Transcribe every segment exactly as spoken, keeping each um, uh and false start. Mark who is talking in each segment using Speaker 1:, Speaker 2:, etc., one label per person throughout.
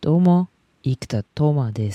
Speaker 1: どうも、生田斗真です。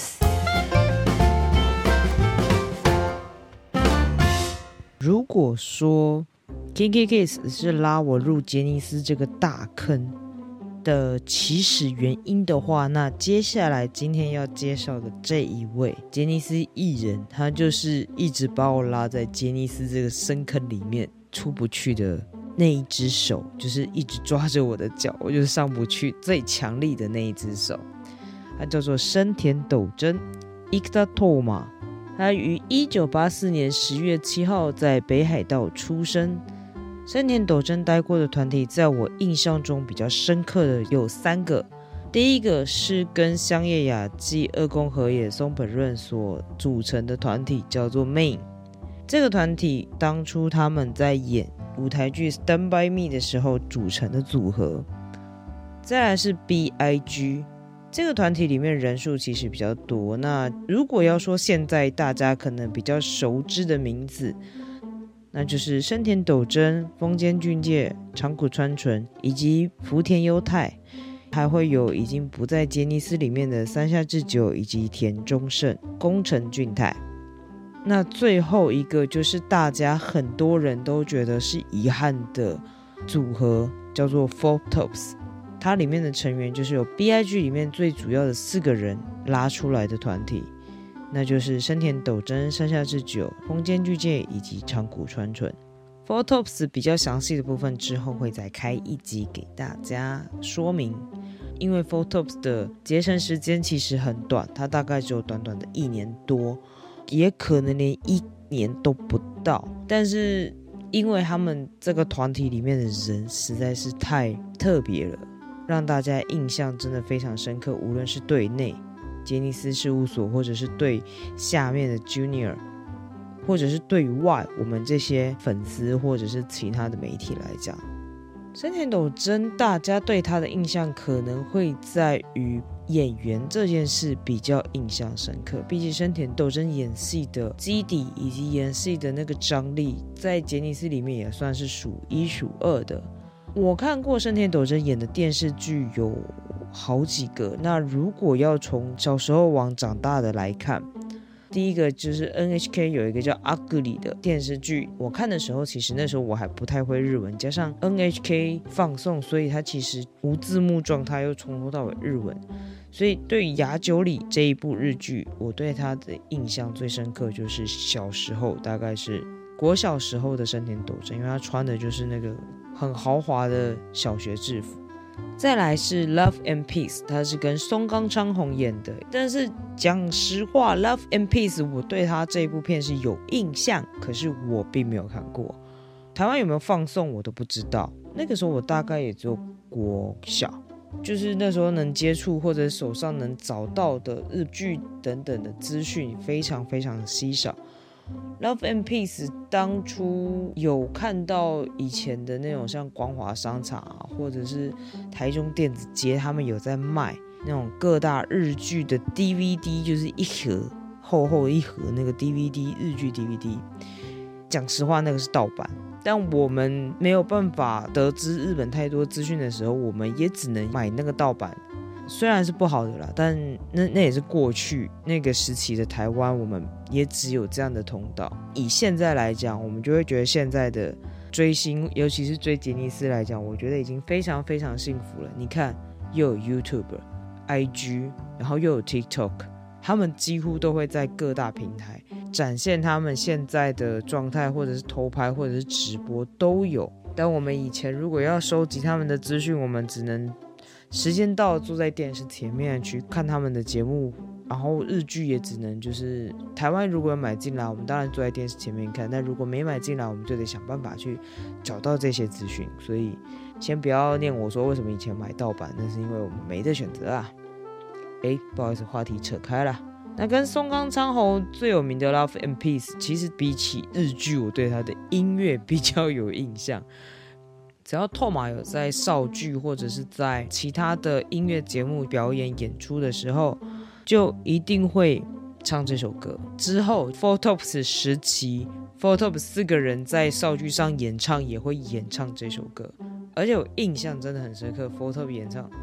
Speaker 1: 如果说 K K Kiss 是拉我入杰尼斯这个大坑的起始原因的话，那接下来今天要介绍的这一位杰尼斯艺人，他就是一直把我拉在杰尼斯这个深坑里面出不去的那一只手，就是一直抓着我的脚，我就是上不去最强力的那一只手。他叫做生田斗真 Ikeda Toma， 他于一九八四年十月七号在北海道出生。生田斗真待过的团体在我印象中比较深刻的有三个，第一个是跟香叶雅纪、二宫和也、松本润所组成的团体叫做 Main。 这个团体当初他们在演舞台剧 Stand By Me 的时候组成的组合。再来是 B I G， 这个团体里面人数其实比较多，那如果要说现在大家可能比较熟知的名字，那就是生田斗真、丰间俊介、长谷川纯以及福田优太，还会有已经不在杰尼斯里面的山下智久以及田中胜、宫城俊太。那最后一个就是大家很多人都觉得是遗憾的组合，叫做 Four Tops。 它里面的成员就是有 B I G 里面最主要的四个人拉出来的团体，那就是生田斗真、山下智久、丰间俊介以及长谷川纯。 Four Tops 比较详细的部分之后会再开一集给大家说明，因为 Four Tops 的结成时间其实很短，它大概只有短短的一年多，也可能连一年都不到，但是因为他们这个团体里面的人实在是太特别了，让大家印象真的非常深刻，无论是对内杰尼斯事务所，或者是对下面的 Junior， 或者是对外我们这些粉丝或者是其他的媒体来讲，生田斗真大家对他的印象可能会在于演员这件事比较印象深刻，毕竟生田斗真演戏的基底以及演戏的那个张力在杰尼斯里面也算是数一数二的。我看过生田斗真演的电视剧有好几个，那如果要从小时候往长大的来看，第一个就是 N H K 有一个叫 Ugly 的电视剧，我看的时候其实那时候我还不太会日文，加上 N H K 放送，所以它其实无字幕状态，又从头到尾日文，所以对于雅久里这一部日剧，我对它的印象最深刻就是小时候，大概是国小时候的生田斗真，因为他穿的就是那个很豪华的小学制服。再来是 Love and Peace， 他是跟松冈昌宏演的，但是讲实话 Love and Peace 我对他这一部片是有印象，可是我并没有看过，台湾有没有放送我都不知道，那个时候我大概也只有国小，就是那时候能接触或者手上能找到的日剧等等的资讯非常非常稀少。Love and Peace 当初有看到以前的那种像光华商场啊，或者是台中电子街，他们有在卖那种各大日剧的 D V D， 就是一盒厚厚一盒那个 D V D 日剧 D V D， 讲实话那个是盗版，但我们没有办法得知日本太多资讯的时候，我们也只能买那个盗版，虽然是不好的啦，但 那, 那也是过去那个时期的台湾，我们也只有这样的通道。以现在来讲，我们就会觉得现在的追星，尤其是追杰尼斯来讲，我觉得已经非常非常幸福了。你看，又有 YouTube、I G， 然后又有 TikTok， 他们几乎都会在各大平台展现他们现在的状态，或者是偷拍，或者是直播都有。但我们以前如果要收集他们的资讯，我们只能时间到了坐在电视前面去看他们的节目，然后日剧也只能就是台湾如果有买进来，我们当然坐在电视前面看，但如果没买进来，我们就得想办法去找到这些资讯。所以先不要念我说为什么以前买盗版，那是因为我们没得选择啊。诶，不好意思，话题扯开了。那跟松冈昌宏最有名的 Love and Peace， 其实比起日剧，我对他的音乐比较有印象。只要透马有在少剧或者是在其他的音乐节目表演演出的时候，就一定会唱这首歌。之后 Four Tops 时期 Four Tops 四个人在少剧上演唱也会演唱这首歌，而且我印象真的很深刻， Four Tops 演唱、呃、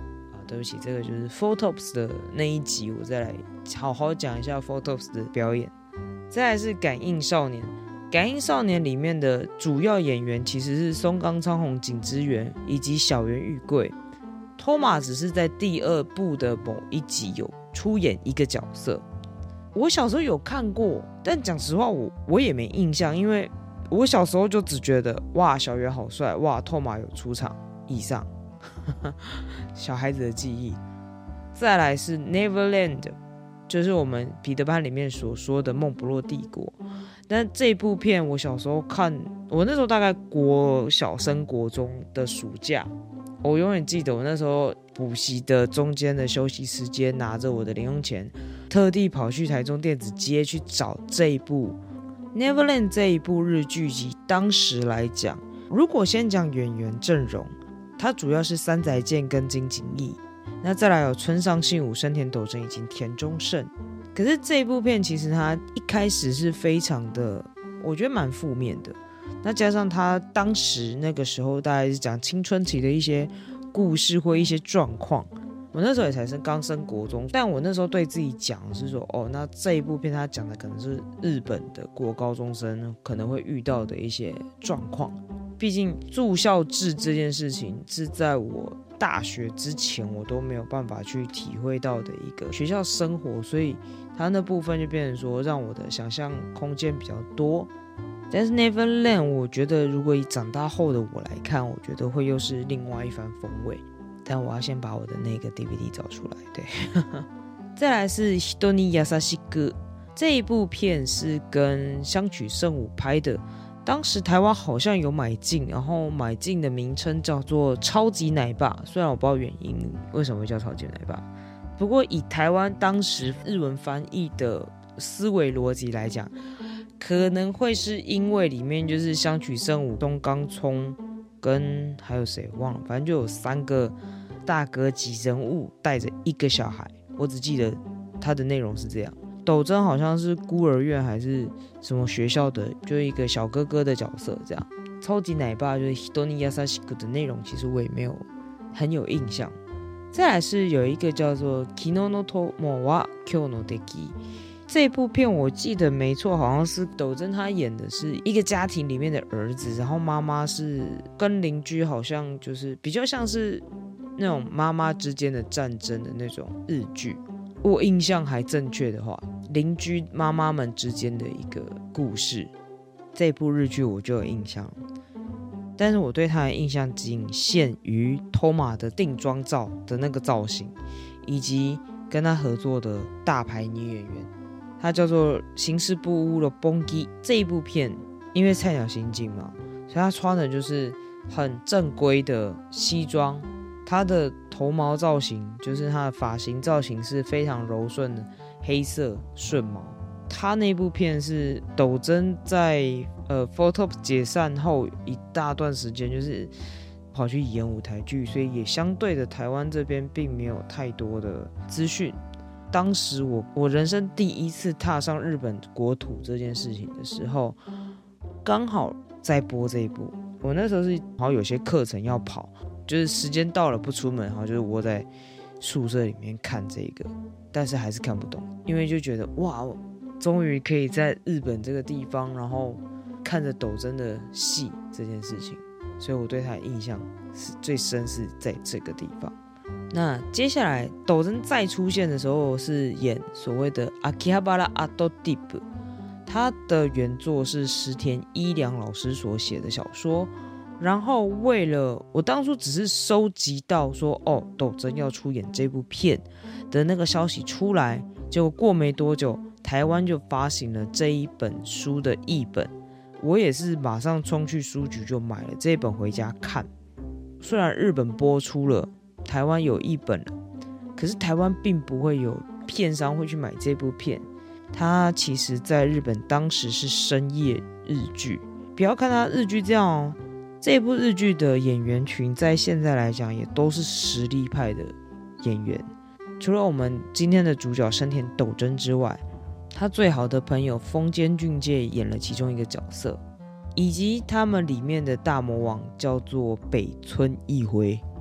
Speaker 1: 对不起，这个就是 Photops 的那一集，我再来好好讲一下 Photops 的表演。再来是感应少年，感应少年里面的主要演员其实是松冈昌宏、景之源以及小圆玉贵。托马只是在第二部的某一集有出演一个角色，我小时候有看过，但讲实话我我也没印象，因为我小时候就只觉得哇小圆好帅，哇托马有出场以上小孩子的记忆。再来是 Neverland， 就是我们彼得潘里面所说的梦不落帝国。但这部片我小时候看，我那时候大概国小升国中的暑假，我永远记得我那时候补习的中间的休息时间，拿着我的零用钱，特地跑去台中电子街去找这一部 Neverland 这一部日剧集。当时来讲，如果先讲演员阵容，它主要是三宅健跟金景逸，那再来有村上信五、生田斗真以及田中胜。可是这一部片其实它一开始是非常的，我觉得蛮负面的。那加上他当时那个时候大概是讲青春期的一些故事或一些状况，我那时候也才是刚升国中，但我那时候对自己讲是说，哦，那这一部片他讲的可能是日本的国高中生可能会遇到的一些状况。毕竟住校制这件事情是在我大学之前我都没有办法去体会到的一个学校生活，所以他那部分就变成说让我的想象空间比较多。但是 Neverland 我觉得如果以长大后的我来看，我觉得会又是另外一番风味。但我要先把我的那个 D V D 找出来。对，再来是 Hito ni Yasashiku， 这一部片是跟香取慎吾拍的，当时台湾好像有买进，然后买进的名称叫做超级奶爸，虽然我不知道原因为什么会叫超级奶爸，不过以台湾当时日文翻译的思维逻辑来讲，可能会是因为里面就是香取慎吾、东冈聪跟还有谁忘了，反正就有三个大哥级人物带着一个小孩，我只记得他的内容是这样。斗真好像是孤儿院还是什么学校的，就一個小哥哥的角色这样。超级奶爸就是 Hito ni Yasashiku 的内容，其实我也没有很有印象。再来是有一个叫做 Kino no Tomo wa Kyou no Deki， 这部片我记得没错，好像是斗真他演的是一个家庭里面的儿子，然后妈妈是跟邻居好像就是比较像是那种妈妈之间的战争的那种日剧，我印象还正确的话，邻居妈妈们之间的一个故事，这部日剧我就有印象。但是我对他的印象仅限于托马的定妆照的那个造型，以及跟他合作的大牌女演员，她叫做刑事部屋的崩基。这一部片因为菜鸟刑警嘛，所以她穿的就是很正规的西装，她的头毛造型就是她的发型造型是非常柔顺的黑色顺毛。她那部片是斗真在呃 Photops 解散后一大段时间就是跑去演舞台剧，所以也相对的台湾这边并没有太多的资讯。当时我我人生第一次踏上日本国土这件事情的时候，刚好在播这一部。我那时候是好像有些课程要跑，就是时间到了不出门，然后就是窝在宿舍里面看这个，但是还是看不懂，因为就觉得哇，终于可以在日本这个地方，然后看着斗真的戏这件事情，所以我对他的印象是最深是在这个地方。那接下来斗真再出现的时候是演所谓的 Akihabara Art Deep， 他的原作是石田一良老师所写的小说，然后为了我当初只是收集到说哦斗真要出演这部片的那个消息出来，结果过没多久台湾就发行了这一本书的译本，我也是马上冲去书局就买了这一本回家看。虽然日本播出了，台湾有译本了，可是台湾并不会有片商会去买这部片。它其实在日本当时是深夜日剧，不要看它日剧这样哦，这部日剧的演员群在现在来讲也都是实力派的演员。除了我们今天的主角生田斗真之外，他最好的朋友丰间俊介演了其中一个角色，以及他们里面的大魔王叫做北村一辉，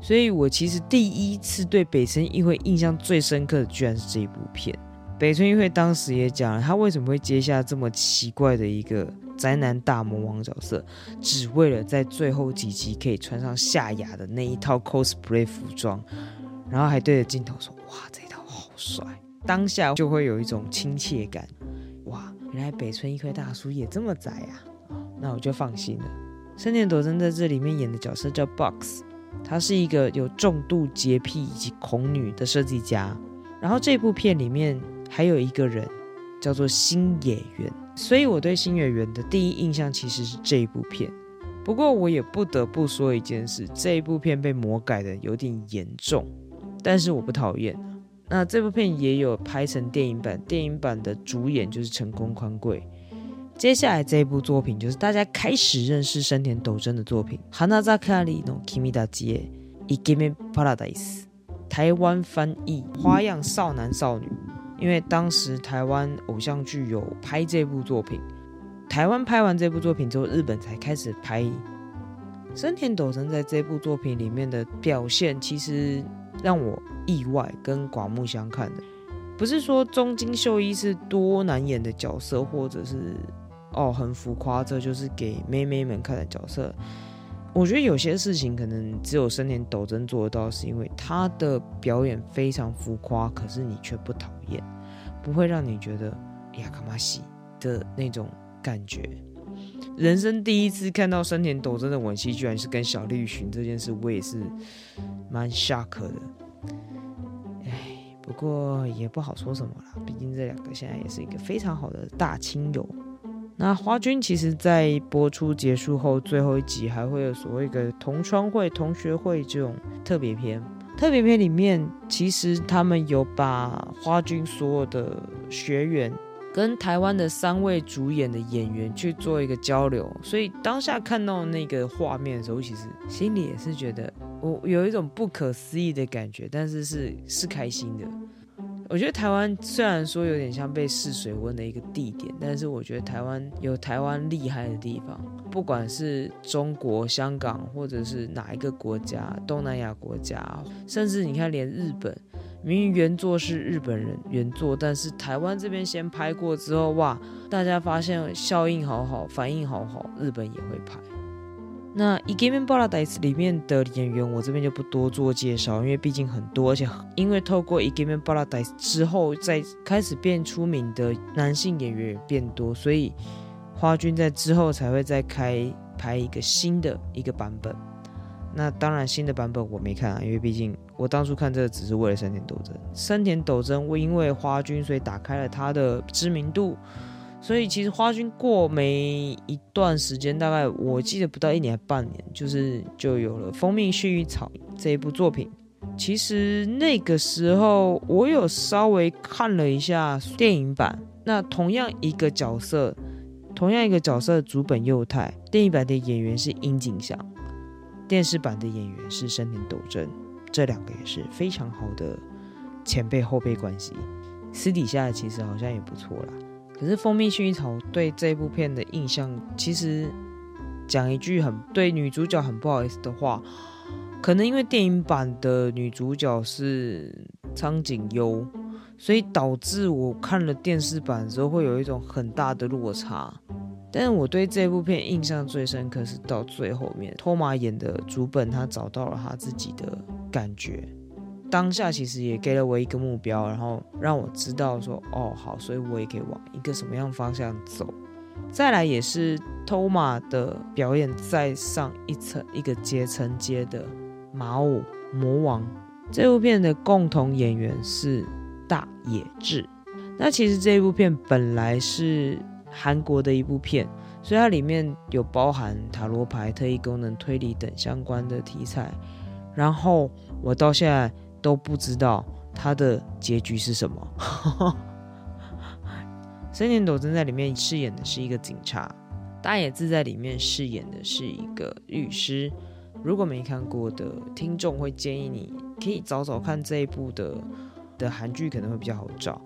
Speaker 1: 所以我其实第一次对北村一辉印象最深刻的居然是这一部片。北村一辉当时也讲了，他为什么会接下这么奇怪的一个宅男大魔王角色，只为了在最后几集可以穿上夏亚的那一套 cosplay 服装，然后还对着镜头说：“哇，这一套好帅！”当下就会有一种亲切感。哇，原来北村一辉大叔也这么宅啊！那我就放心了。深田斗真在这里面演的角色叫 Box， 他是一个有重度洁癖以及恐女的设计家。然后这部片里面还有一个人叫做新野原，所以我对新野原的第一印象其实是这一部片。不过我也不得不说一件事，这一部片被魔改的有点严重，但是我不讨厌。那这部片也有拍成电影版，电影版的主演就是成宫宽贵。接下来这一部作品就是大家开始认识深田斗真的作品《花盛りの君たちへイケメンパラダイス》，台湾翻译花样少男少女。因为当时台湾偶像剧有拍这部作品，台湾拍完这部作品之后，日本才开始拍。深田斗真在这部作品里面的表现其实让我意外跟刮目相看的。不是说中津秀一是多难演的角色，或者是哦很浮夸，这就是给妹妹们看的角色。我觉得有些事情可能只有深田斗真做得到，是因为他的表演非常浮夸，可是你却不讨厌，不会让你觉得呀卡玛西的那种感觉。人生第一次看到深田斗真的吻戏居然是跟小栗旬这件事，我也是蛮 shock 的。哎，不过也不好说什么啦，毕竟这两个现在也是一个非常好的大亲友。那花君其实在播出结束后，最后一集还会有所谓的同窗会、同学会这种特别篇。特别篇里面，其实他们有把花君所有的学员跟台湾的三位主演的演员去做一个交流，所以当下看到那个画面的时候，其实心里也是觉得我有一种不可思议的感觉，但是是是开心的。我觉得台湾虽然说有点像被试水温的一个地点，但是我觉得台湾有台湾厉害的地方，不管是中国、香港，或者是哪一个国家，东南亚国家，甚至你看连日本，明明原作是日本人原作，但是台湾这边先拍过之后，哇，大家发现效应好好，反应好好，日本也会拍。那《イケメンパラダイス》里面的演员我这边就不多做介绍，因为毕竟很多，而且因为透过《イケメンパラダイス》之后再开始变出名的男性演员也变多，所以花君在之后才会再开拍一个新的一个版本。那当然新的版本我没看啊，因为毕竟我当初看这个只是为了深田斗真。深田斗真我因为花君所以打开了他的知名度，所以其实花君过没一段时间，大概我记得不到一年半年，就是就有了《蜂蜜薰衣草》这一部作品。其实那个时候我有稍微看了一下电影版，那同样一个角色，同样一个角色的竹本佑太，电影版的演员是樱井翔，电视版的演员是深田斗真，这两个也是非常好的前辈后辈关系，私底下其实好像也不错啦。可是蜂蜜薰衣草对这部片的印象，其实讲一句很对女主角很不好意思的话，可能因为电影版的女主角是苍井优，所以导致我看了电视版的时候会有一种很大的落差。但是我对这部片印象最深刻是到最后面，托马演的竹本他找到了他自己的感觉。当下其实也给了我一个目标，然后让我知道说哦好，所以我也可以往一个什么样方向走。再来也是托马的表演再上一层一个阶层阶的马偶魔王。这部片的共同演员是大野智。那其实这部片本来是韩国的一部片，所以它里面有包含塔罗牌、特异功能、推理等相关的题材，然后我到现在都不知道他的结局是什么。深田斗真在里面饰演的是一个警察，大野智在里面饰演的是一个律师。如果没看过的听众会建议你可以找找看这一部的的韩剧，可能会比较好找。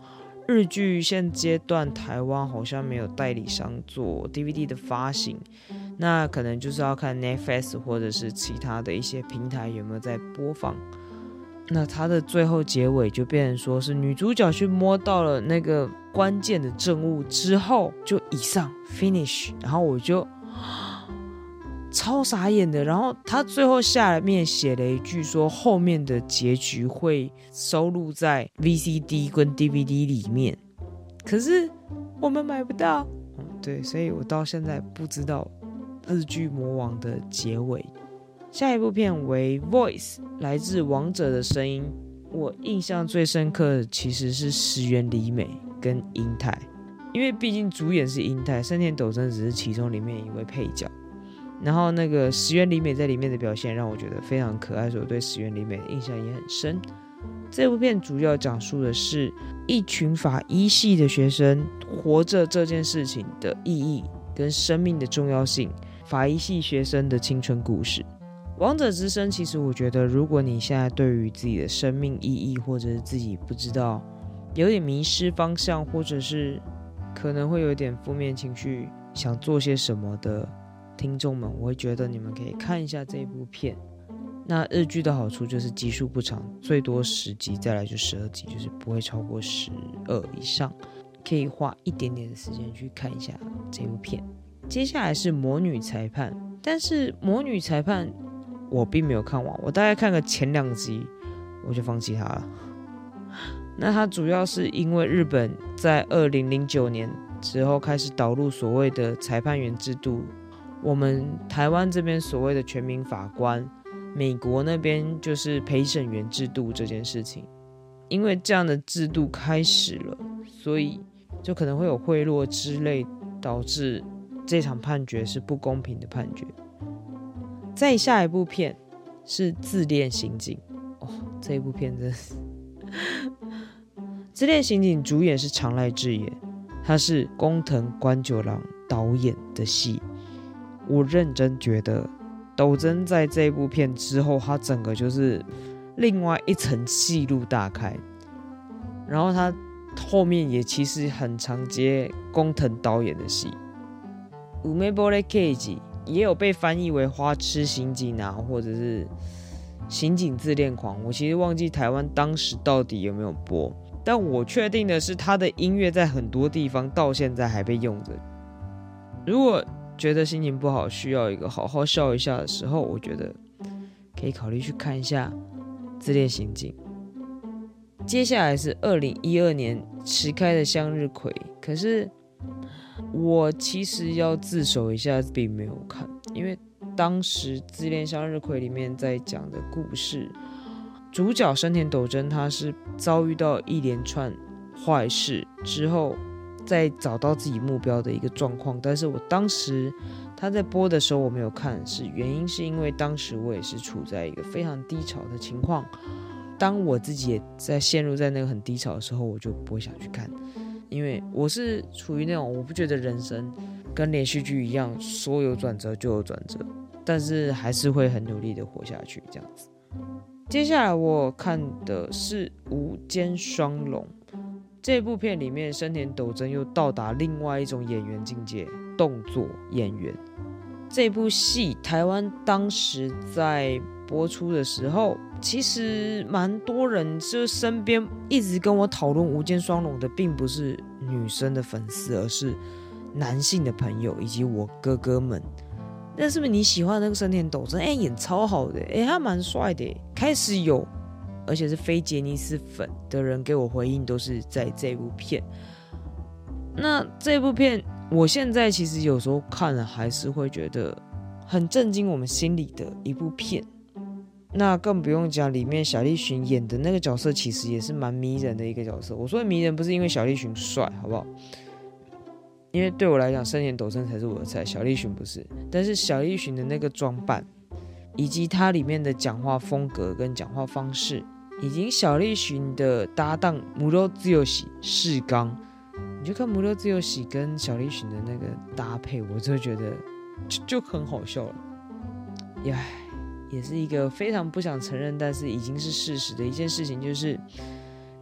Speaker 1: 日剧现阶段台湾好像没有代理商做 D V D 的发行，那可能就是要看 Netflix 或者是其他的一些平台有没有在播放。那它的最后结尾就变成说是女主角去摸到了那个关键的证物之后就以上 finish， 然后我就超傻眼的。然后他最后下面写了一句说后面的结局会收录在 V C D 跟 D V D 里面，可是我们买不到、嗯、对，所以我到现在不知道日剧魔王的结尾。下一部片为 Voice， 来自王者的声音。我印象最深刻的其实是石原里美跟英泰，因为毕竟主演是英泰，生田斗真只是其中里面一位配角。然后那个石原里美在里面的表现让我觉得非常可爱，所以我对石原里美的印象也很深。这部片主要讲述的是一群法医系的学生活着这件事情的意义跟生命的重要性，法医系学生的青春故事。王者之声其实我觉得如果你现在对于自己的生命意义或者是自己不知道有点迷失方向，或者是可能会有点负面情绪想做些什么的听众们，我会觉得你们可以看一下这部片。那日剧的好处就是集数不长，最多十集，再来就十二集，就是不会超过十二以上，可以花一点点的时间去看一下这部片。接下来是魔女裁判，但是魔女裁判我并没有看完，我大概看个前两集我就放弃它了。那它主要是因为日本在二零零九年之后开始导入所谓的裁判员制度，我们台湾这边所谓的全民法官，美国那边就是陪审员制度这件事情，因为这样的制度开始了，所以就可能会有贿赂之类，导致这场判决是不公平的判决。再下一部片是自恋刑警，哦，这一部片真的是自恋刑警主演是长濑智也，他是工藤官九郎导演的戏。我认真觉得斗真在这一部片之后，他整个就是另外一层戏路大开，然后他后面也其实很常接工藤导演的戏。有梅波雷 Cage 也有被翻译为花痴刑警啊，或者是刑警自恋狂，我其实忘记台湾当时到底有没有播，但我确定的是他的音乐在很多地方到现在还被用着。如果觉得心情不好需要一个好好笑一下的时候，我觉得可以考虑去看一下自恋刑警。接下来是二零一二年迟开的向日葵，可是我其实要自首一下，并没有看，因为当时自恋向日葵里面在讲的故事，主角生田斗真他是遭遇到一连串坏事之后再找到自己目标的一个状况，但是我当时他在播的时候我没有看，是原因是因为当时我也是处在一个非常低潮的情况，当我自己也在陷入在那个很低潮的时候，我就不会想去看，因为我是处于那种我不觉得人生跟连续剧一样说有转折就有转折，但是还是会很努力的活下去这样子。接下来我看的是无间双龙，这部片里面生田斗真又到达另外一种演员境界，动作演员。这部戏台湾当时在播出的时候，其实蛮多人就身边一直跟我讨论无间双龙的并不是女生的粉丝，而是男性的朋友以及我哥哥们。那是不是你喜欢的那个生田斗真？哎，演超好的，哎，他蛮帅的。开始有，而且是非杰尼斯粉的人给我回应，都是在这部片。那这部片，我现在其实有时候看了，还是会觉得很震惊我们心里的一部片。那更不用讲，里面小栗旬演的那个角色，其实也是蛮迷人的一个角色。我说的迷人，不是因为小栗旬帅，好不好？因为对我来讲，生田斗真才是我的菜，小栗旬不是。但是小栗旬的那个装扮，以及他里面的讲话风格跟讲话方式，以及小栗旬的搭档室剛世刚，你就看室剛跟小栗旬的那个搭配，我就觉得 就, 就很好笑了。也也是一个非常不想承认，但是已经是事实的一件事情，就是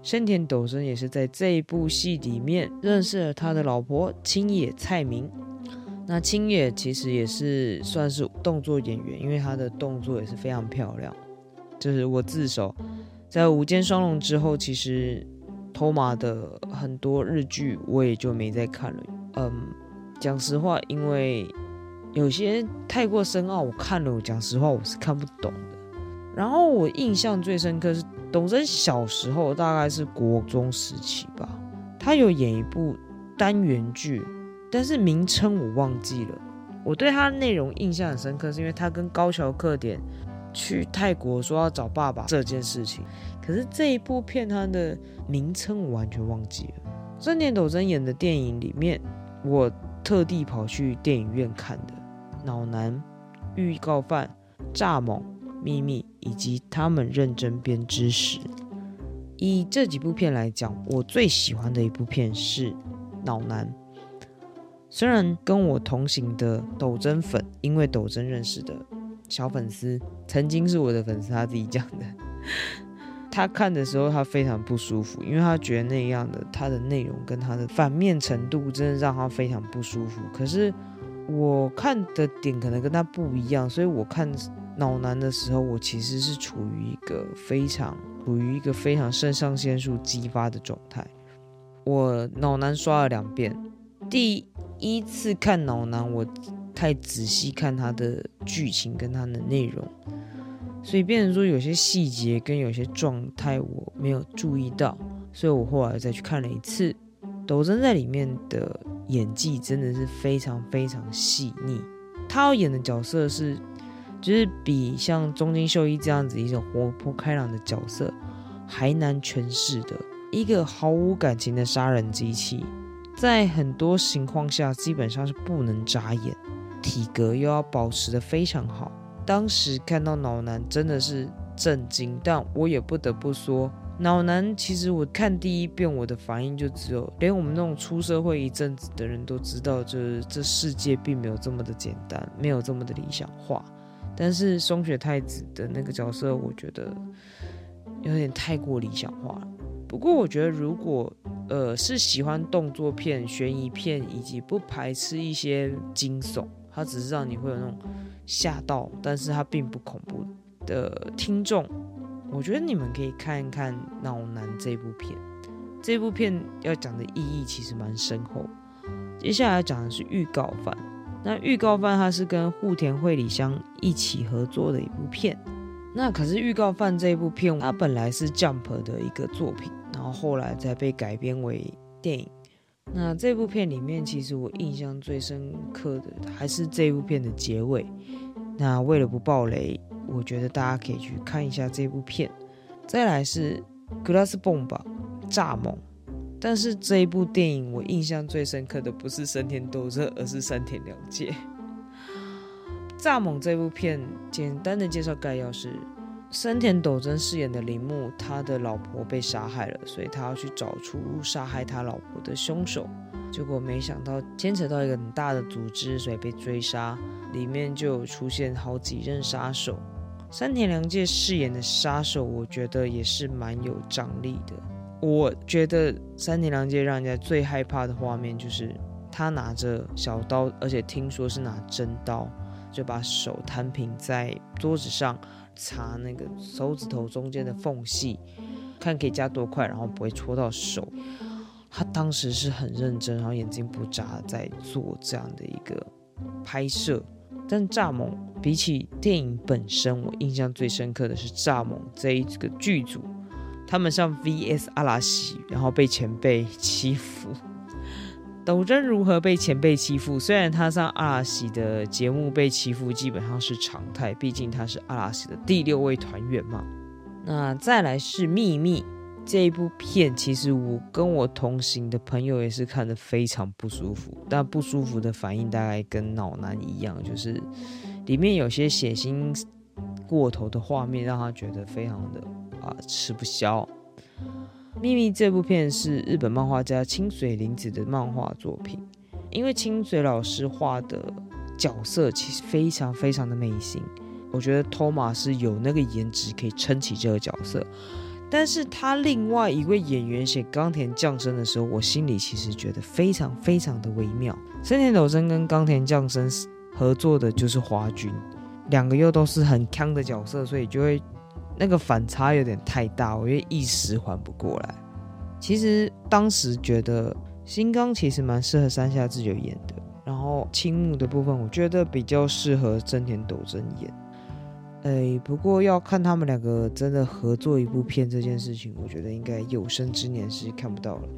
Speaker 1: 深田斗真也是在这一部戏里面认识了他的老婆青野菜明。那青野其实也是算是动作演员，因为他的动作也是非常漂亮。就是我自首在无间双龙之后，其实托马的很多日剧我也就没再看了。嗯，讲实话，因为有些太过深奥，我看了，我讲实话我是看不懂的。然后我印象最深刻是斗真小时候，大概是国中时期吧，他有演一部单元剧，但是名称我忘记了。我对他的内容印象很深刻，是因为他跟高桥克典去泰国说要找爸爸这件事情。可是这一部片它的名称我完全忘记了。深田斗真演的电影里面，我特地跑去电影院看的脑男、预告犯、蚱蜢、秘密以及他们认真编织时。以这几部片来讲，我最喜欢的一部片是脑男。虽然跟我同行的斗真粉，因为斗真认识的小粉丝，曾经是我的粉丝，他自己讲的，他看的时候他非常不舒服，因为他觉得那样的他的内容跟他的反面程度真的让他非常不舒服。可是我看的点可能跟他不一样，所以我看脑男的时候，我其实是处于一个非常处于一个非常肾上腺素激发的状态。我脑男刷了两遍，第一次看脑男我太仔细看他的剧情跟他的内容，所以变成说有些细节跟有些状态我没有注意到，所以我后来再去看了一次。斗真在里面的演技真的是非常非常细腻，他要演的角色是就是比像中津秀一这样子一种活泼开朗的角色还难诠释的一个毫无感情的杀人机器，在很多情况下基本上是不能眨眼，体格又要保持得非常好。当时看到脑男真的是震惊，但我也不得不说，脑男其实我看第一遍我的反应就只有，连我们那种出社会一阵子的人都知道，就是这世界并没有这么的简单，没有这么的理想化。但是松雪太子的那个角色我觉得有点太过理想化了。不过我觉得如果呃是喜欢动作片、悬疑片以及不排斥一些惊悚，它只是让你会有那种吓到，但是它并不恐怖的听众，我觉得你们可以看一看脑男这部片。这部片要讲的意义其实蛮深厚。接下来要讲的是预告犯。那预告犯它是跟户田惠梨香一起合作的一部片。那可是预告犯这一部片它本来是 Jump 的一个作品，然后后来再被改编为电影。那这部片里面其实我印象最深刻的还是这部片的结尾。那为了不爆雷，我觉得大家可以去看一下这部片。再来是 Glass Bomb 蚱蜢。但是这一部电影我印象最深刻的不是深田斗真，而是山田凉介。蚱蜢这部片简单的介绍概要是，深田斗真饰演的铃木，他的老婆被杀害了，所以他要去找出杀害他老婆的凶手。结果没想到牵扯到一个很大的组织，所以被追杀，里面就有出现好几任杀手。山田凉介饰演的杀手我觉得也是蛮有张力的。我觉得山田凉介让人家最害怕的画面就是他拿着小刀，而且听说是拿真刀，就把手摊平在桌子上，插那个手指头中间的缝隙，看可以加多快，然后不会戳到手。他当时是很认真，然后眼睛不眨在做这样的一个拍摄。但蚱蜢比起电影本身，我印象最深刻的是蚱蜢这一个剧组，他们像 V S 阿拉西，然后被前辈欺负。斗真如何被前辈欺负？虽然他上阿拉西的节目被欺负基本上是常态，毕竟他是阿拉西的第六位团员嘛。那再来是秘密这一部片，其实我跟我同行的朋友也是看得非常不舒服，但不舒服的反应大概跟脑男一样，就是里面有些血腥过头的画面让他觉得非常的啊吃不消。秘密这部片是日本漫画家清水玲子的漫画作品，因为清水老师画的角色其实非常非常的美型，我觉得 Toma 是有那个颜值可以撑起这个角色。 但是他另外一位演员写冈田将生的时候，我心里其实觉得非常非常的微妙。生田斗真跟冈田将生合作的就是花君，两个又都是很强的角色，所以就会那个反差有点太大，我会一时缓不过来。其实当时觉得新冈其实蛮适合山下智久演的，然后青木的部分我觉得比较适合生田斗真演。哎，不过要看他们两个真的合作一部片这件事情，我觉得应该有生之年是看不到了。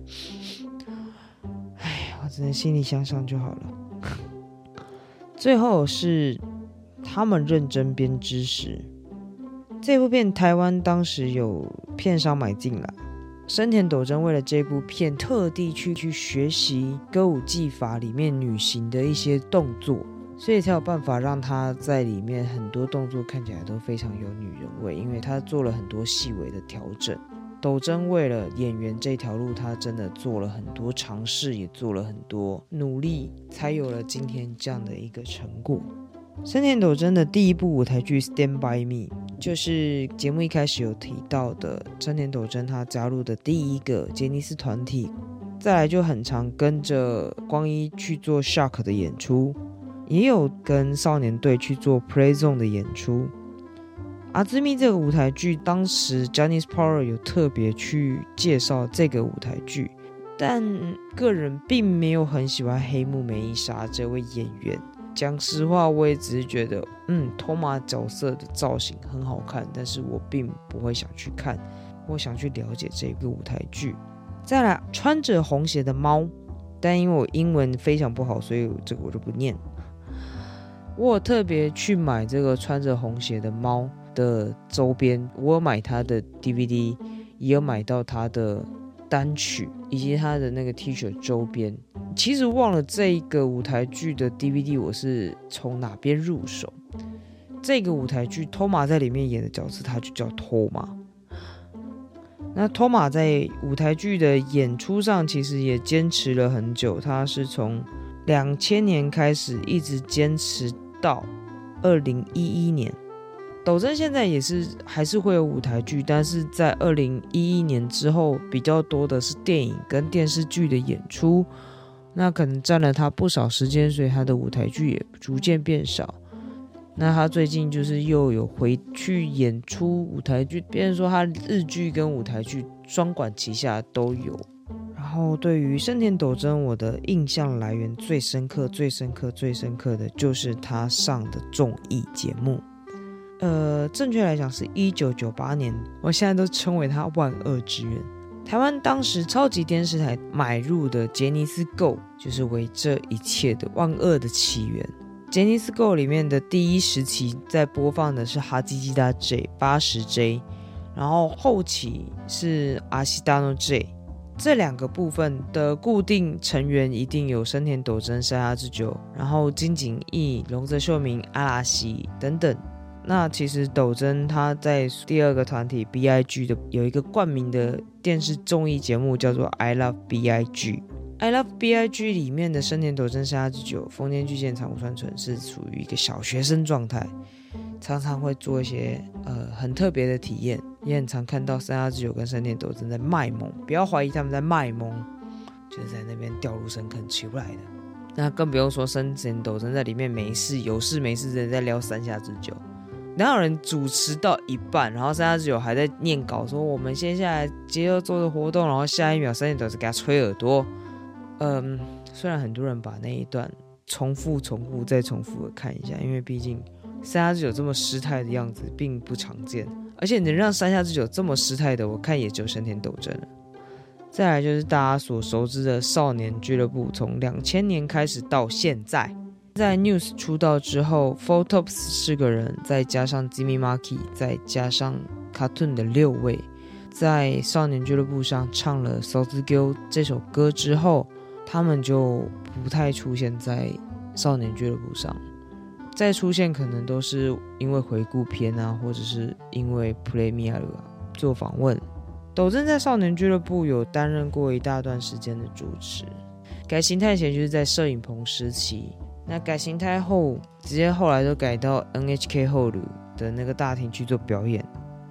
Speaker 1: 哎，我只能心里想想就好了。最后是他们认真编织时，这部片台湾当时有片商买进来，生田斗真为了这部片特地去去学习歌舞伎法里面女性的一些动作，所以才有办法让她在里面很多动作看起来都非常有女人味，因为她做了很多细微的调整。斗真为了演员这条路，她真的做了很多尝试，也做了很多努力，才有了今天这样的一个成果。生田斗真的第一部舞台剧《Stand by Me》，就是节目一开始有提到的生田斗真她加入的第一个杰尼斯团体，再来就很常跟着光一去做 Shock 的演出，也有跟少年队去做 Play Zone 的演出。阿兹密这个舞台剧，当时 Johnny's Power 有特别去介绍这个舞台剧，但个人并没有很喜欢黑木美依纱这位演员。讲实话，我也只是觉得，嗯，托马角色的造型很好看，但是我并不会想去看，我想去了解这个舞台剧。再来，穿着红鞋的猫，但因为我英文非常不好，所以这个我就不念。我有特别去买这个穿着红鞋的猫的周边，我有买它的 D V D， 也有买到它的单曲以及它的那个 T 恤周边。其实忘了这个舞台剧的 D V D 我是从哪边入手。这个舞台剧托马在里面演的角色他就叫托马。那托马在舞台剧的演出上其实也坚持了很久，他是从两千年开始一直坚持到二零一一年。斗真现在也是还是会有舞台剧，但是在二零一一年之后比较多的是电影跟电视剧的演出，那可能占了他不少时间，所以他的舞台剧也逐渐变少。那他最近就是又有回去演出舞台剧，别人说他日剧跟舞台剧双管齐下都有。然后对于生田斗真，我的印象来源最深刻最深刻最深刻的就是他上的综艺节目，呃，正确来讲是一九九八年，我现在都称为他万恶之源。台湾当时超级电视台买入的杰尼斯 Go 就是为这一切的万恶的起源。杰尼斯 Go 里面的第一时期在播放的是哈基基达 J 八十 J， 然后后期是阿西达诺 J， 这两个部分的固定成员一定有生田斗真、山下智久，然后金井义、龙泽秀明、阿拉西等等。那其实斗真他在第二个团体 B I G 的有一个冠名的电视综艺节目叫做 I Love B I G。I Love B I G 里面的生田斗真、山下智久、丰田巨剑、长谷川纯是属于一个小学生状态，常常会做一些呃很特别的体验，也很常看到山下智久跟生田斗真在卖萌，不要怀疑他们在卖萌，就是在那边掉入深坑起不来的。那更不用说生田斗真在里面没事有事没事的在撩山下智久。哪有人主持到一半，然后山下智久还在念稿说我们接下来接着做的活动，然后下一秒生田斗真给他吹耳朵。嗯，虽然很多人把那一段重复、重复再重复的看一下，因为毕竟山下智久这么失态的样子并不常见，而且能让山下智久这么失态的，我看也只有生田斗真了。再来就是大家所熟知的少年俱乐部，从两千年开始到现在。在 News 出道之后 Photops 四个人，再加上 Jimmy Maki， 再加上 Cartoon 的六位，在少年俱乐部上唱了 Sotsugyou 这首歌之后，他们就不太出现在少年俱乐部上，再出现可能都是因为回顾片啊，或者是因为 Play Me 做访问。斗真在少年俱乐部有担任过一大段时间的主持，改形态前就是在摄影棚时期，那改形态后直接后来都改到 N H K 后的那个大厅去做表演。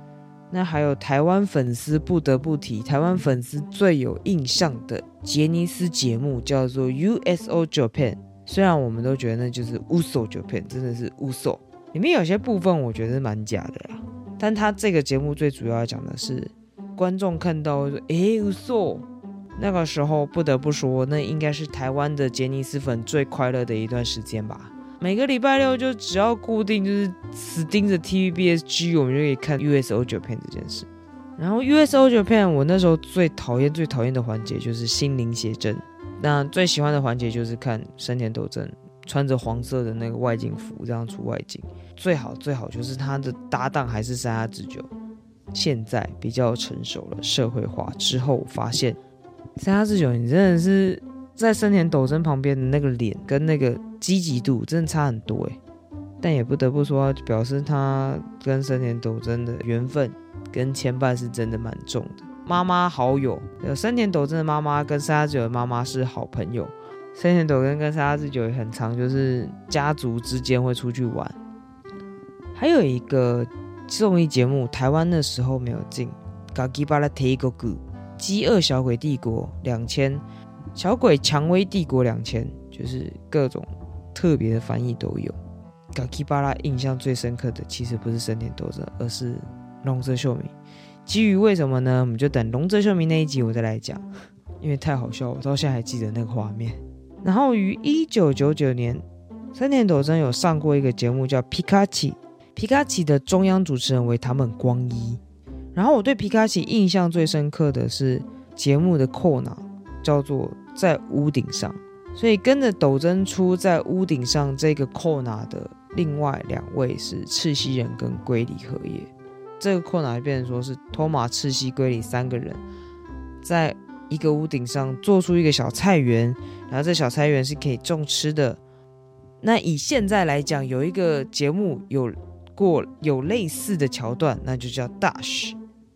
Speaker 1: 那还有台湾粉丝不得不提，台湾粉丝最有印象的杰尼斯节目叫做 U S O Japan， 虽然我们都觉得那就是 U S O Japan， 真的是 U S O， 里面有些部分我觉得是蛮假的啦，但他这个节目最主要要讲的是观众看到说诶 U S O， 那个时候不得不说那应该是台湾的杰尼斯粉最快乐的一段时间吧。每个礼拜六就只要固定就是死盯着 T V B S G， 我们就可以看 U S O Japan 这件事。然后 U S O Japan 我那时候最讨厌最讨厌的环节就是心灵写真，那最喜欢的环节就是看山田斗真穿着黄色的那个外景服这样出外景，最好最好就是他的搭档还是山下智久。现在比较成熟了，社会化之后，我发现山下智久你真的是在山田斗真旁边的那个脸跟那个积极度真的差很多耶，但也不得不说表示他跟山田斗真的缘分跟牵绊是真的蛮重的。妈妈好友，山田斗真的妈妈跟山下智久的妈妈是好朋友，山田斗真跟山下智久也很常就是家族之间会出去玩。还有一个综艺节目台湾那时候没有进，ガキバラ帝国饥饿小鬼帝国两千，小鬼蔷薇帝国两千，就是各种特别的翻译都有。ガキバラ印象最深刻的其实不是山田斗真，而是龙泽秀明。基于为什么呢？我们就等龙泽秀明那一集我再来讲，因为太好笑，我到现在还记得那个画面。然后于一九九九年，山田斗真有上过一个节目叫皮卡奇，皮卡奇的中央主持人为他们光一。然后我对皮卡奇印象最深刻的是节目的扣拿，叫做在屋顶上，所以跟着斗真出在屋顶上这个扣拿的另外两位是赤西仁跟龟梨和也。这个扣拿变成说是托马、赤西、龟梨三个人在一个屋顶上做出一个小菜园，然后这小菜园是可以种吃的。那以现在来讲，有一个节目有过有类似的桥段，那就叫 Dash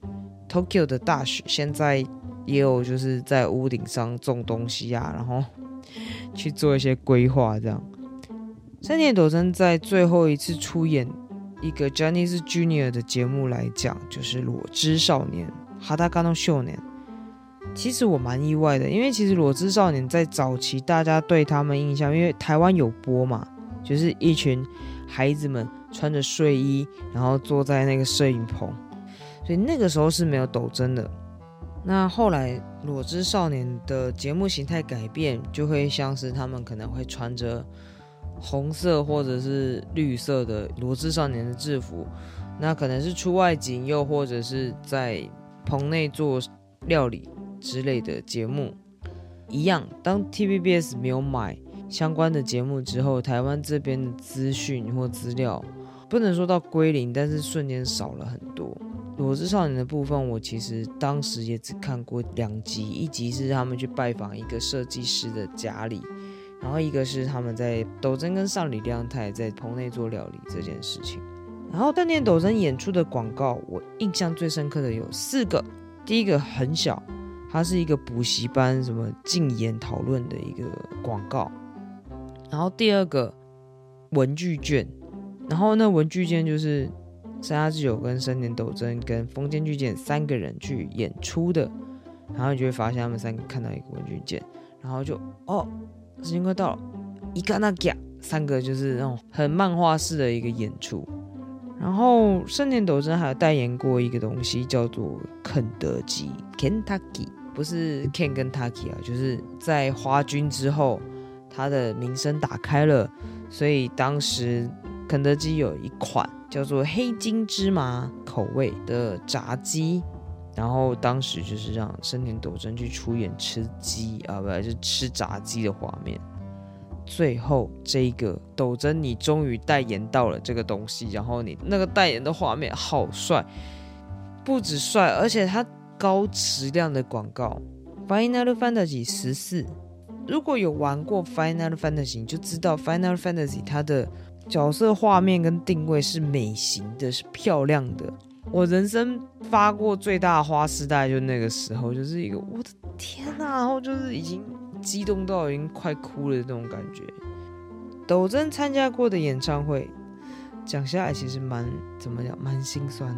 Speaker 1: Tokyo 的 Dash， 现在也有就是在屋顶上种东西啊，然后去做一些规划这样。山田斗真在最后一次出演一个 Johnny's Junior 的节目来讲，就是裸之少年裸の少年。其实我蛮意外的，因为其实裸之少年在早期大家对他们印象，因为台湾有播嘛，就是一群孩子们穿着睡衣，然后坐在那个摄影棚，所以那个时候是没有斗真的。那后来裸之少年的节目形态改变，就会像是他们可能会穿着红色或者是绿色的裸之少年的制服，那可能是出外景，又或者是在棚内做料理之类的节目。一样，当 T V B S 没有买相关的节目之后，台湾这边的资讯或资料不能说到归零，但是瞬间少了很多。裸之少年的部分，我其实当时也只看过两集，一集是他们去拜访一个设计师的家里，然后一个是他们在斗真跟上里亮太在棚内做料理这件事情。然后但念斗真演出的广告，我印象最深刻的有四个。第一个很小，它是一个补习班什么竞演讨论的一个广告。然后第二个文具券，然后那文具券就是山下智久跟山田斗真跟丰间巨剑三个人去演出的，然后你就会发现他们三个看到一个文具券，然后就哦，时间快到了，一看那嘎，三个就是那种很漫画式的一个演出。然后山田斗真还有代言过一个东西叫做肯德基 Kentucky， 不是 Ken 跟 Taki 啊，就是在华军之后他的名声打开了，所以当时肯德基有一款叫做黑金芝麻口味的炸鸡，然后当时就是让山田斗真去出演吃鸡啊，不是吃炸鸡的画面。最后这个斗真你终于代言到了这个东西，然后你那个代言的画面好帅，不止帅，而且它高质量的广告。Final Fantasy 十四，如果有玩过 Final Fantasy 你就知道 Final Fantasy 它的角色画面跟定位是美型的，是漂亮的。我人生发过最大的花痴大概就那个时候，就是一个我的天啊，然后就是已经激动到已经快哭了的那种感觉。斗真参加过的演唱会讲下来其实蛮怎么讲蛮心酸的，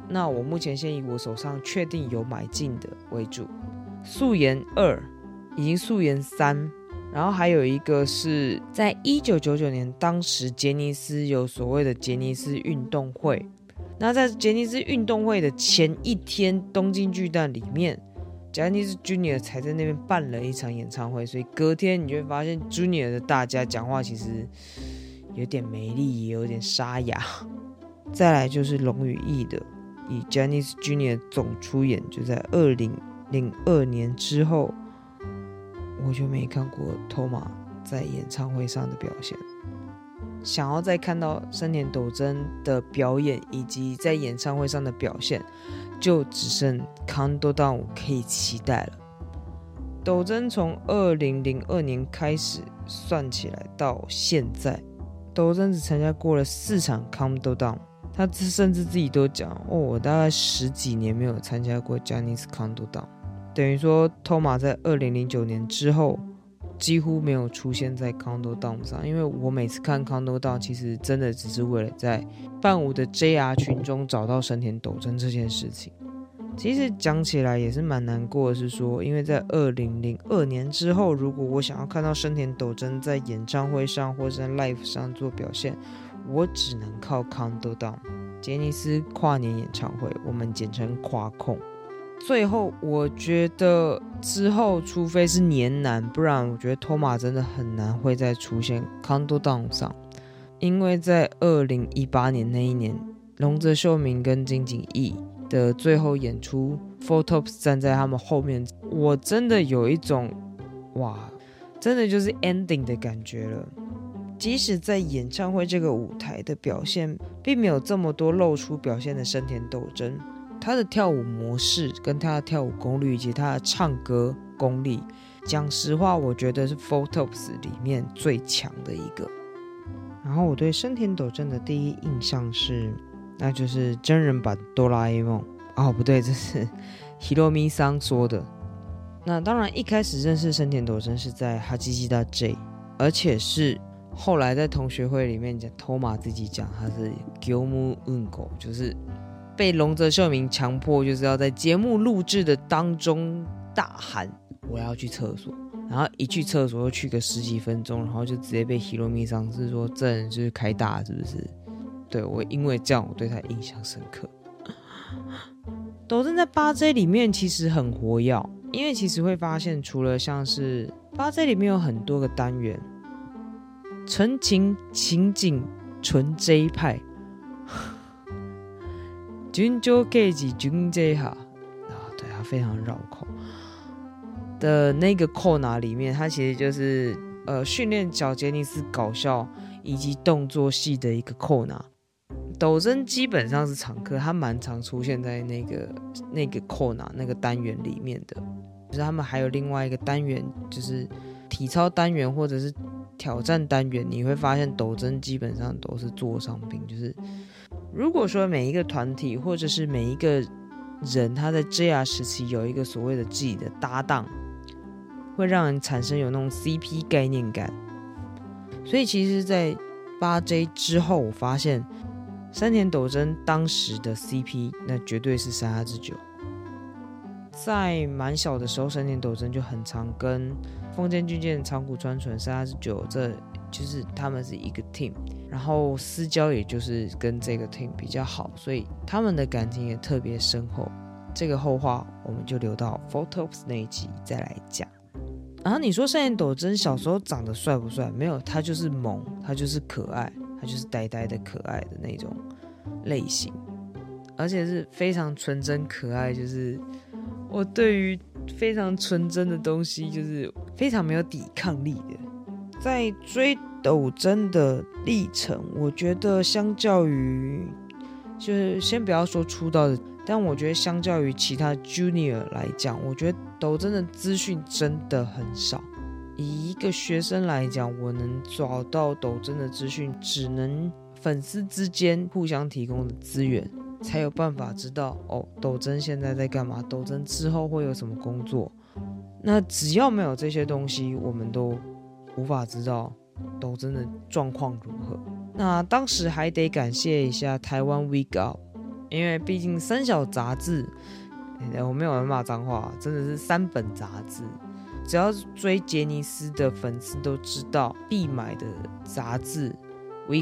Speaker 1: 那我目前先以我手上确定有买进的为主。素颜二已经素颜三，然后还有一个是在一九九九年，当时杰尼斯有所谓的杰尼斯运动会。那在杰尼斯运动会的前一天，东京巨蛋里面，Johnny Junior 才在那边办了一场演唱会，所以隔天你就会发现 Junior 的大家讲话其实有点没力，也有点沙哑。再来就是龙与翼的，以 Johnny Junior 总出演，就在二零零二年之后，我就没看过 Toma 在演唱会上的表现。想要再看到山田斗真的表演以及在演唱会上的表现，就只剩 Countdown 可以期待了。斗真从二零零二年开始算起来到现在，斗真只参加过了四场 Countdown， 他甚至自己都讲哦，我大概十几年没有参加过 Johnny's Countdown， 等于说 Toma 在二零零九年之后几乎没有出现在 Countdown 上，因为我每次看 Countdown 其实真的只是为了在伴舞的 J R 群中找到山田斗真这件事情。其实讲起来也是蛮难过的，是说因为在二零零二年之后，如果我想要看到山田斗真在演唱会上或者在 live 上做表现，我只能靠 Countdown 杰尼斯跨年演唱会，我们简称跨控。最后我觉得之后除非是年男，不然我觉得 Toma 真的很难会再出现 Countdown 上，因为在二零一八年那一年，龙泽秀明跟金景逸的最后演出 Photops 站在他们后面，我真的有一种哇，真的就是 ending 的感觉了。即使在演唱会这个舞台的表现并没有这么多露出表现的山田斗真，他的跳舞模式跟他的跳舞功力以及他的唱歌功力，讲实话我觉得是 Photops 里面最强的一个。然后我对山田斗真的第一印象是，那就是真人版哆啦 A 梦。哦不对，这是 Hiromi 桑说的。那当然一开始认识山田斗真是在哈基基达 J， 而且是后来在同学会里面讲 Toma 自己讲他是 Gyomu Ungo， 就是被龙泽秀明强迫就是要在节目录制的当中大喊我要去厕所，然后一去厕所就去个十几分钟，然后就直接被 Hiromi 桑是说这人就是开大是不是？对，我因为这样我对他印象深刻。斗真在 八 J 里面其实很活跃，因为其实会发现除了像是 八 J 里面有很多个单元，纯情情景纯 J 派純情刑事純 J 派啊，对，它非常绕口的那个扣拿里面，它其实就是呃训练小杰尼斯搞笑以及动作戏的一个扣拿。斗真基本上是常客，他蛮常出现在那个那个扣拿那个单元里面的。就是他们还有另外一个单元，就是体操单元或者是挑战单元，你会发现斗真基本上都是座上宾。就是如果说每一个团体或者是每一个人他在 J R 时期有一个所谓的自己的搭档，会让人产生有那种 C P 概念感。所以其实在 八 J 之后，我发现山田斗真当时的 C P 那绝对是山下智久。在蛮小的时候，山田斗真就很常跟丰间俊介、长谷川纯、山下智久，这就是他们是一个 team， 然后私交也就是跟这个 team 比较好，所以他们的感情也特别深厚。这个后话我们就留到 Photops 那一集再来讲。然后你说山田斗真小时候长得帅不帅？没有，他就是萌，他就是可爱，他就是呆呆的可爱的那种类型，而且是非常纯真可爱。就是我对于非常纯真的东西就是非常没有抵抗力的。在追斗真的历程，我觉得相较于就是先不要说出道的，但我觉得相较于其他 Junior 来讲，我觉得斗真的资讯真的很少。以一个学生来讲，我能找到斗真的资讯，只能粉丝之间互相提供的资源，才有办法知道哦，斗真现在在干嘛，斗真之后会有什么工作。那只要没有这些东西，我们都无法知道斗真的状况如何。那当时还得感谢一下台湾 Week Out， 因为毕竟三小杂志，欸、我没有人骂脏话，真的是三本杂志。只要追杰尼斯的粉丝都知道必买的杂志 We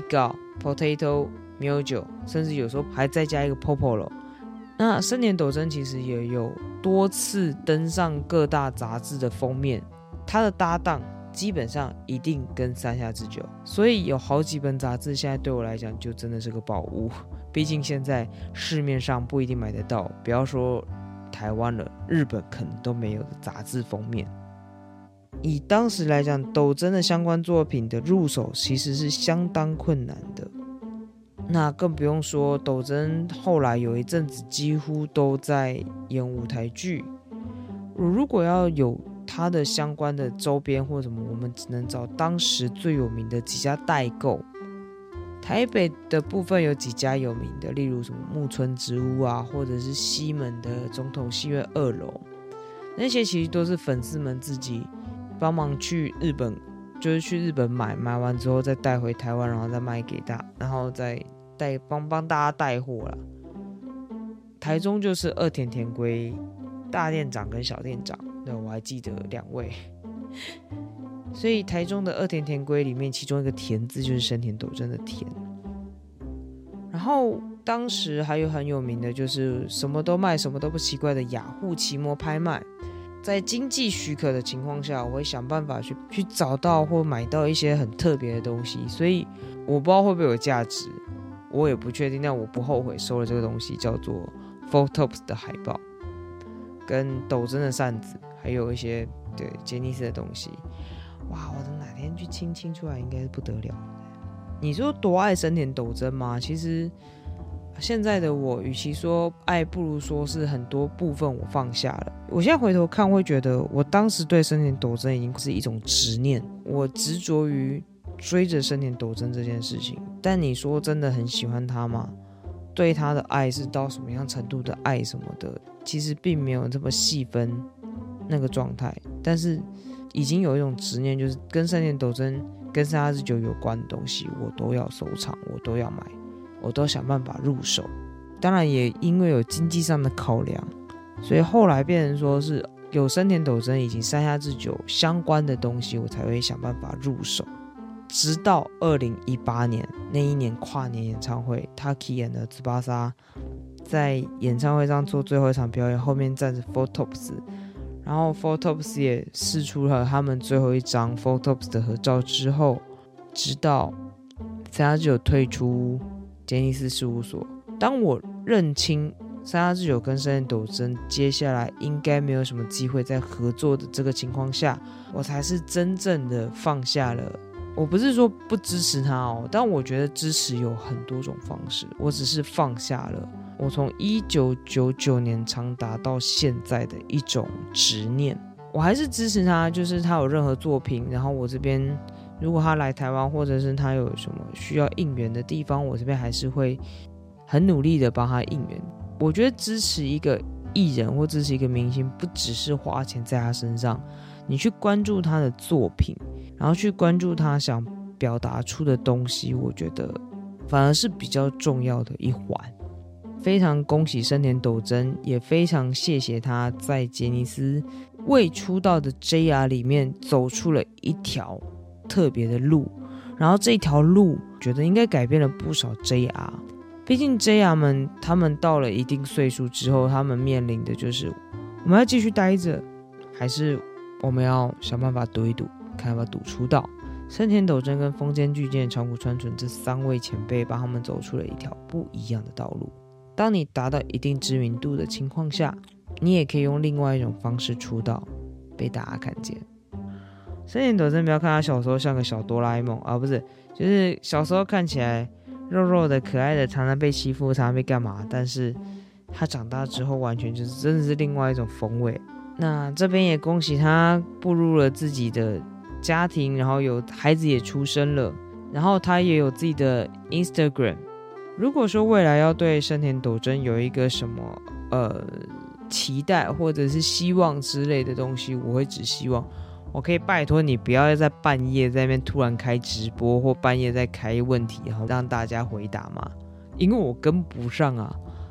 Speaker 1: Got、Potato、Mojo， 甚至有时候还再加一个 Popolo。那生田斗真其实也有多次登上各大杂志的封面，他的搭档基本上一定跟山下智久，所以有好几本杂志现在对我来讲就真的是个宝物。毕竟现在市面上不一定买得到，不要说台湾了，日本可能都没有的杂志封面。以当时来讲，斗真的相关作品的入手其实是相当困难的。那更不用说斗真后来有一阵子几乎都在演舞台剧，如果要有他的相关的周边或什么，我们只能找当时最有名的几家代购。台北的部分有几家有名的，例如什么木村植屋啊，或者是西门的总统戏院二楼，那些其实都是粉丝们自己帮忙去日本，就是去日本买，买完之后再带回台湾，然后再卖给大，然后再带帮帮大家带货啦。台中就是二田田龟大店长跟小店长，对，我还记得两位。所以台中的二田田龟里面，其中一个田字就是生田斗真的田。然后当时还有很有名的就是什么都卖什么都不奇怪的雅虎奇摩拍卖。在经济许可的情况下，我会想办法去去找到或买到一些很特别的东西，所以我不知道会不会有价值，我也不确定，但我不后悔收了这个东西，叫做 Photops 的海报，跟斗真的扇子，还有一些对杰尼斯的东西。哇，我的哪天去清清出来应该是不得了。你说多爱生田斗真吗？其实现在的我与其说爱，不如说是很多部分我放下了。我现在回头看会觉得我当时对生田斗真已经是一种执念，我执着于追着生田斗真这件事情。但你说真的很喜欢他吗？对他的爱是到什么样程度的爱什么的，其实并没有这么细分那个状态，但是已经有一种执念，就是跟生田斗真跟山下智久有关的东西我都要收藏，我都要买，我都想办法入手。当然也因为有经济上的考量，所以后来变成说是有生田斗真以及山下智久相关的东西我才会想办法入手。直到二零一八年那一年跨年演唱会， Taki 演的Tsubasa在演唱会上做最后一场表演，后面站着 Photops， 然后 Photops 也释出了他们最后一张 Photops 的合照之后，直到山下智久退出杰尼斯事务所，当我认清山下智久跟生田斗真接下来应该没有什么机会再合作的这个情况下，我才是真正的放下了。我不是说不支持他哦，但我觉得支持有很多种方式，我只是放下了我从一九九九年长达到现在的一种执念。我还是支持他，就是他有任何作品，然后我这边如果他来台湾，或者是他有什么需要应援的地方，我这边还是会很努力的帮他应援。我觉得支持一个艺人或支持一个明星，不只是花钱在他身上，你去关注他的作品，然后去关注他想表达出的东西，我觉得反而是比较重要的一环。非常恭喜生田斗真，也非常谢谢他在杰尼斯未出道的 J R 里面走出了一条特别的路，然后这条路觉得应该改变了不少 J R。 毕竟 J R 们他们到了一定岁数之后，他们面临的就是我们要继续待着，还是我们要想办法赌一赌，看要不要赌出道。生田斗真跟丰间巨剑、长谷川纯这三位前辈帮他们走出了一条不一样的道路。当你达到一定知名度的情况下，你也可以用另外一种方式出道，被大家看见。生田斗真不要看他小时候像个小哆啦 A 梦啊，不是，就是小时候看起来肉肉的、可爱的，常常被欺负，常常被干嘛，但是他长大之后完全就是真的是另外一种风味。那这边也恭喜他步入了自己的家庭，然后有孩子也出生了，然后他也有自己的 Instagram。 如果说未来要对生田斗真有一个什么呃期待或者是希望之类的东西，我会只希望我可以拜托你不要在半夜在那边突然开直播，或半夜在开问题然后让大家回答嘛，因为我跟不上啊。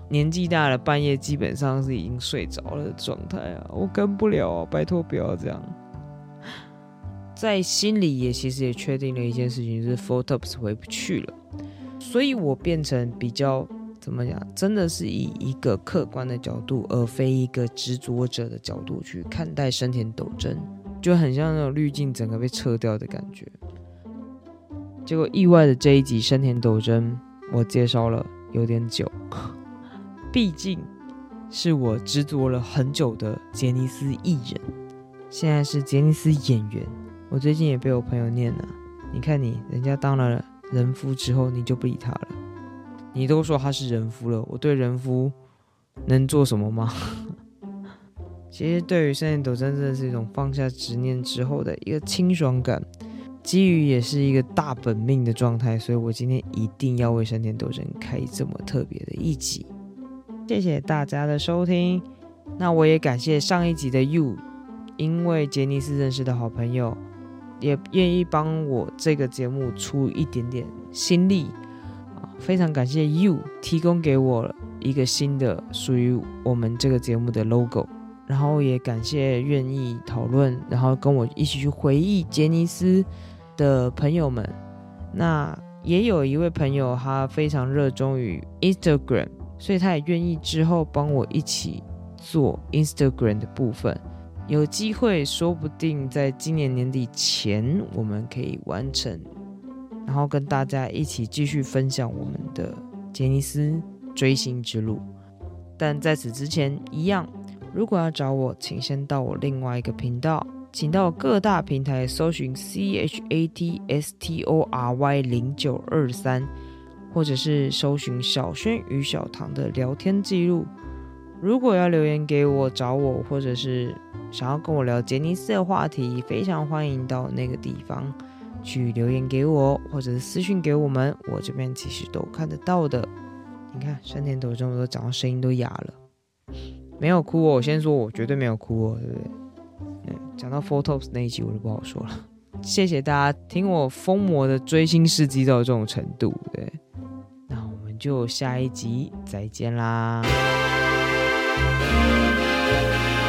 Speaker 1: 年纪大了，半夜基本上是已经睡着了的状态啊，我跟不了啊，拜托不要这样。在心里也其实也确定了一件事情，就是 Photops 回不去了，所以我变成比较怎么讲，真的是以一个客观的角度，而非一个执着者的角度去看待生田斗真，就很像那种滤镜整个被撤掉的感觉。结果意外的这一集生田斗真我介绍了有点久，毕竟是我执着了很久的杰尼斯艺人，现在是杰尼斯演员。我最近也被我朋友念了，你看你人家当了人夫之后你就不理他了，你都说他是人夫了，我对人夫能做什么吗？其实对于生田斗真真的是一种放下执念之后的一个清爽感，基于也是一个大本命的状态，所以我今天一定要为生田斗真开这么特别的一集。谢谢大家的收听，那我也感谢上一集的 You， 因为杰尼斯认识的好朋友也愿意帮我这个节目出一点点心力，非常感谢 You 提供给我一个新的属于我们这个节目的 logo， 然后也感谢愿意讨论然后跟我一起去回忆杰尼斯的朋友们。那也有一位朋友他非常热衷于 Instagram， 所以他也愿意之后帮我一起做 Instagram 的部分，有机会说不定在今年年底前我们可以完成，然后跟大家一起继续分享我们的杰尼斯追星之路。但在此之前一样，如果要找我请先到我另外一个频道，请到各大平台搜寻 C H A T S T O R Y 零九二三， 或者是搜寻小轩与小唐的聊天记录。如果要留言给我找我，或者是想要跟我聊杰尼斯的话题，非常欢迎到那个地方去留言给我，或者是私讯给我们，我这边其实都看得到的。你看生田斗真我都讲到声音都哑了，没有哭哦，我先说我绝对没有哭哦，对不对？讲到 Photops 那一集我就不好说了。谢谢大家听我疯魔的追星事迹到这种程度，对，那我们就下一集再见啦。